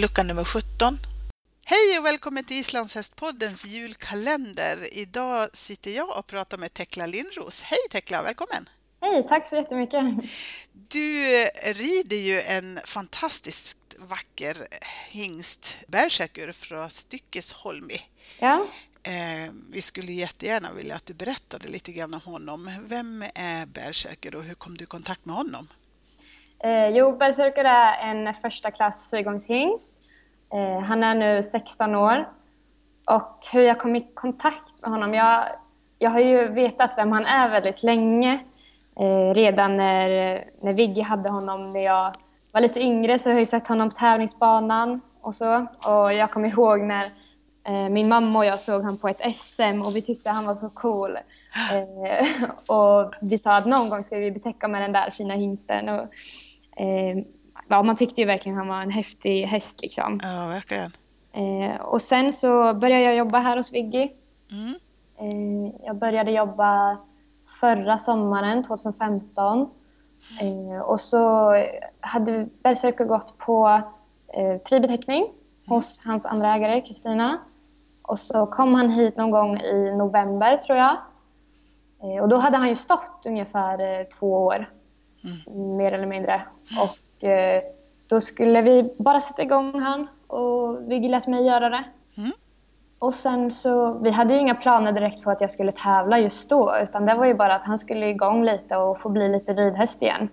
lucka nummer 17. Hej och välkommen till Islandshästpoddens julkalender. Idag sitter jag och pratar med Tekla Lindros. Hej Tekla, välkommen! Hej, tack så jättemycket. Du rider ju en fantastiskt vacker hingst, Berserker från Styckesholmi. Ja. Vi skulle jättegärna vilja att du berättade lite grann om honom. Vem är Berserker och hur kom du i kontakt med honom? Berserker är en första klass fyrgångshingst. Han är nu 16 år. Och hur jag kom i kontakt med honom, jag har ju vetat vem han är väldigt länge. Redan när Viggy hade honom när jag var lite yngre så har jag sett honom på tävlingsbanan och så. Och jag kommer ihåg när min mamma och jag såg han på ett SM och vi tyckte han var så cool. Och vi sa att någon gång ska vi betäcka med den där fina hingsten. Och, man tyckte ju verkligen han var en häftig häst liksom. Ja, verkligen. Och sen så började jag jobba här hos Viggy. Jag började jobba förra sommaren 2015. Och så hade Berserker gått på fribeteckning hos hans andra ägare, Kristina. Och så kom han hit någon gång i november tror jag. Och då hade han ju stått ungefär 2 år. Mer eller mindre. Och då skulle vi bara sätta igång han. Och vi lät mig göra det. Och sen så, vi hade ju inga planer direkt på att jag skulle tävla just då. Utan det var ju bara att han skulle igång lite och få bli lite ridhäst igen.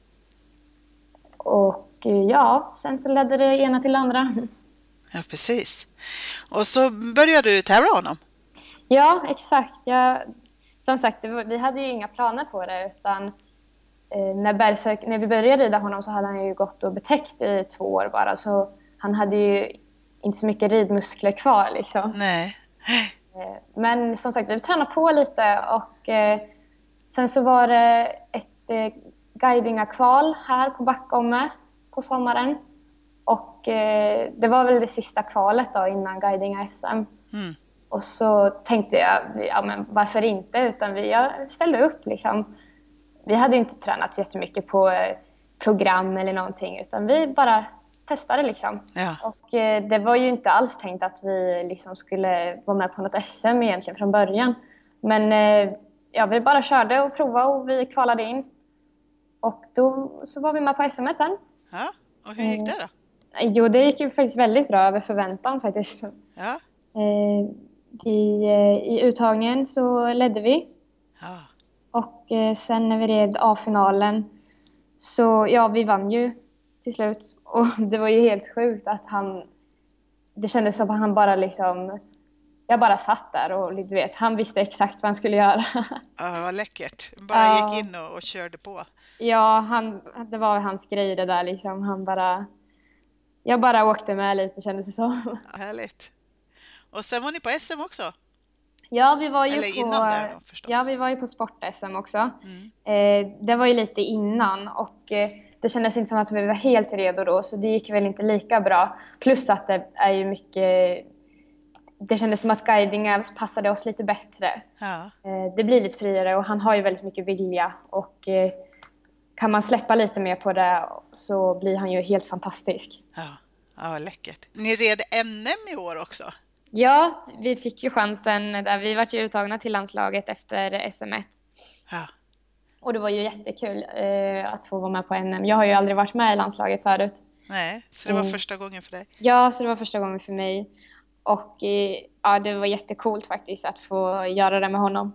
Och ja, sen så ledde det ena till andra. Ja, precis. Och så började du tävla honom? Ja, exakt. Som sagt, vi hade ju inga planer på det. Utan när vi började rida honom så hade han ju gått och betäckt i 2 år bara. Så han hade ju inte så mycket ridmuskler kvar liksom. Nej. Men som sagt, vi tränade på lite och sen så var det ett guidingakval här på Backome på sommaren. Och det var väl det sista kvalet då innan guidinga-SM. Och så tänkte jag, ja men varför inte? Utan jag ställde upp liksom. Vi hade inte tränat jättemycket på program eller någonting utan vi bara testade liksom. Ja. Och det var ju inte alls tänkt att vi liksom skulle vara med på något SM egentligen från början. Men vi bara körde och provade och vi kvalade in. Och då så var vi med på SM sen. Ja, och hur gick det då? Jo, det gick ju faktiskt väldigt bra över förväntan faktiskt. Ja. I uttagningen så ledde vi. Ja. Och sen när vi red A-finalen så ja, vi vann ju till slut. Och det var ju helt sjukt att det kändes som att han bara liksom, jag bara satt där och du vet, han visste exakt vad han skulle göra. Ja, vad läckert. Bara gick in och körde på. Ja, det var hans grej det där liksom. Jag bara åkte med lite kändes det som. Ja, härligt. Och sen var ni på SM också? Ja, vi var ju eller innan där då, förstås. Ja, vi var ju på sport-SM också. Det var ju lite innan och det kändes inte som att vi var helt redo då, så det gick väl inte lika bra. Plus att det är ju mycket... Det kändes som att guidingen passade oss lite bättre. Ja. Det blir lite friare och han har ju väldigt mycket vilja. Och kan man släppa lite mer på det så blir han ju helt fantastisk. Ja, läckert. Ni red NM i år också? Ja, vi fick ju chansen där. Vi var ju uttagna till landslaget efter SM1. Ja. Och det var ju jättekul att få vara med på NM. Jag har ju aldrig varit med i landslaget förut. Nej, så det var första gången för dig? Ja, så det var första gången för mig. Och ja, det var jättekult faktiskt att få göra det med honom.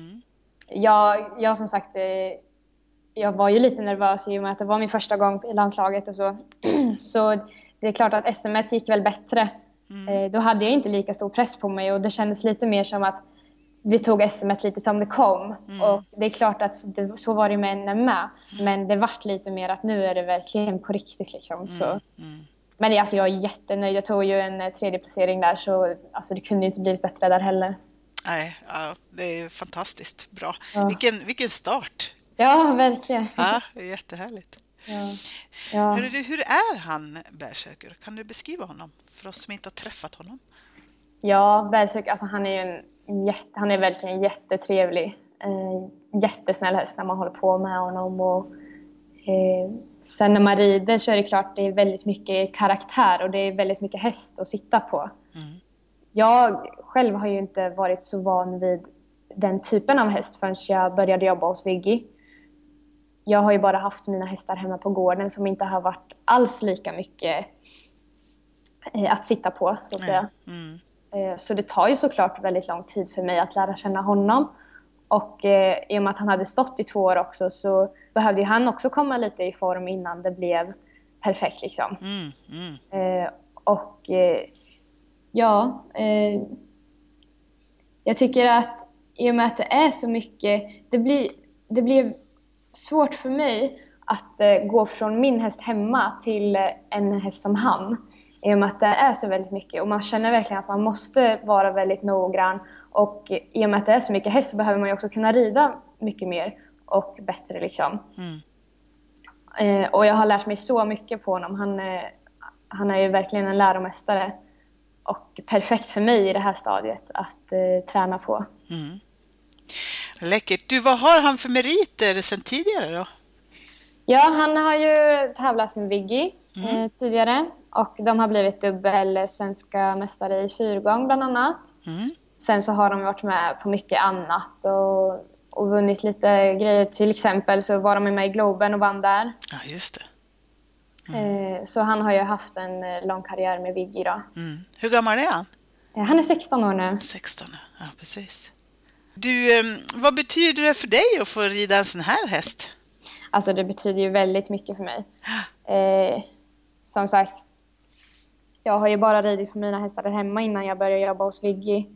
Jag som sagt, jag var ju lite nervös i och med att det var min första gång i landslaget och så. Så det är klart att SM1 gick väl bättre. Då hade jag inte lika stor press på mig och det kändes lite mer som att vi tog SM1 lite som det kom. Och det är klart att så var det med NM med. Men det vart lite mer att nu är det verkligen på riktigt liksom. Så. Men alltså, jag är jättenöjd. Jag tog ju en 3:e placering där så alltså, det kunde ju inte blivit bättre där heller. Nej, ja, det är fantastiskt bra. Ja. Vilken start! Ja, verkligen. Ja, det är jättehärligt. Ja. Hur är han, Berserker? Kan du beskriva honom för oss som inte har träffat honom? Ja, Berserker, alltså han är ju han är verkligen jättetrevlig. Jättesnäll häst när man håller på med honom. Och, Sen när man rider så är det klart det är väldigt mycket karaktär och det är väldigt mycket häst att sitta på. Jag själv har ju inte varit så van vid den typen av häst förrän jag började jobba hos Viggy. Jag har ju bara haft mina hästar hemma på gården som inte har varit alls lika mycket att sitta på, så att säga. Så det tar ju såklart väldigt lång tid för mig att lära känna honom. Och i och med att han hade stått i 2 år också så behövde ju han också komma lite i form innan det blev perfekt liksom. Jag tycker att i och med att det är så mycket, det blir svårt för mig att gå från min häst hemma till en häst som han. I och med att det är så väldigt mycket och man känner verkligen att man måste vara väldigt noggrann. Och i och med att det är så mycket häst så behöver man ju också kunna rida mycket mer och bättre liksom. Och jag har lärt mig så mycket på honom. Han är ju verkligen en läromästare. Och perfekt för mig i det här stadiet att träna på. Läckert. Du, vad har han för meriter sedan tidigare då? Ja, han har ju tävlat med Viggy tidigare. Och de har blivit dubbel svenska mästare i 4-gång bland annat. Sen så har de varit med på mycket annat och vunnit lite grejer. Till exempel så var de med i Globen och vann där. Ja, just det. Så han har ju haft en lång karriär med Viggy då. Hur gammal är han? Han är 16 år nu. 16, ja precis. Du, vad betyder det för dig att få rida en sån här häst? Alltså det betyder ju väldigt mycket för mig. Som sagt, jag har ju bara ridit på mina hästar där hemma innan jag började jobba hos Viggy.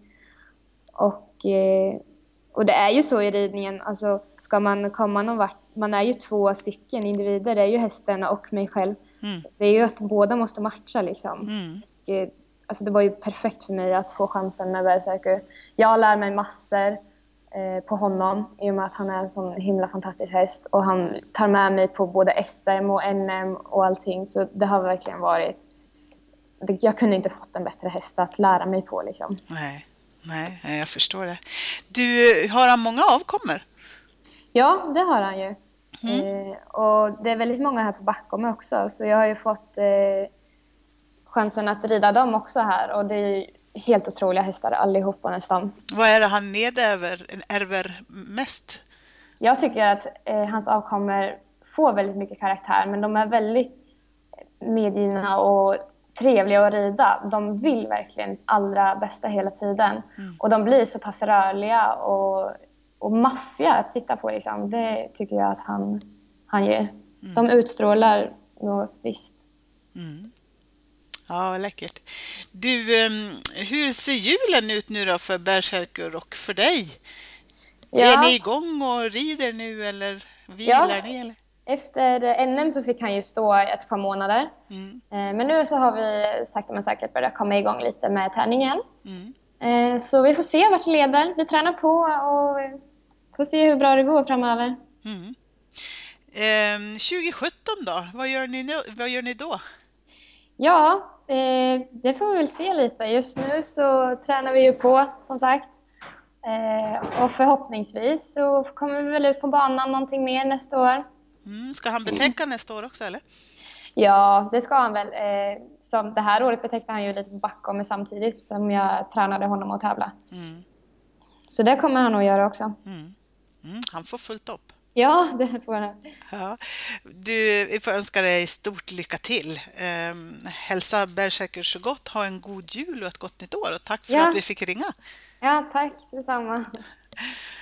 Och det är ju så i ridningen, alltså ska man komma någon vart, man är ju 2 stycken individer, det är ju hästen och mig själv. Det är ju att båda måste matcha liksom. Alltså det var ju perfekt för mig att få chansen med Berserker. Jag lär mig massor på honom i och med att han är en sån himla fantastisk häst. Och han tar med mig på både SM och NM och allting. Så det har verkligen varit... Jag kunde inte fått en bättre häst att lära mig på liksom. Nej, jag förstår det. Du, har han många avkommor? Ja, det har han ju. Och det är väldigt många här på Backholm också. Så jag har ju fått chansen att rida dem också här. Och det är helt otroliga hästar allihopa nästan. Vad är det han ärver mest? Jag tycker att hans avkommor får väldigt mycket karaktär. Men de är väldigt medgivna och trevliga att rida. De vill verkligen allra bästa hela tiden. Och de blir så pass rörliga och maffiga att sitta på. Liksom. Det tycker jag att han ger. De utstrålar något visst. Ja, läckert. Du, hur ser julen ut nu då för Berserker och för dig? Ja. Är ni igång och rider nu eller vilar ni? Eller? Efter NM så fick han ju stå ett par månader. Men nu så har vi sakta men säkert börjat komma igång lite med träningen. Så vi får se vart det leder. Vi tränar på och får se hur bra det går framöver. 2017 då? Vad gör ni då? Ja, det får vi väl se lite. Just nu så tränar vi ju på, som sagt. Och förhoppningsvis så kommer vi väl ut på banan någonting mer nästa år. Ska han betäcka nästa år också, eller? Ja, det ska han väl. Som det här året betäckte han ju lite på Backholm samtidigt som jag tränade honom att tävla. Så det kommer han att göra också. Han får fullt upp. Ja, det får han. Ja. Vi får önska dig stort lycka till. Hälsa Berserker så gott. Ha en god jul och ett gott nytt år. Och tack för att vi fick ringa. Ja, tack detsamma.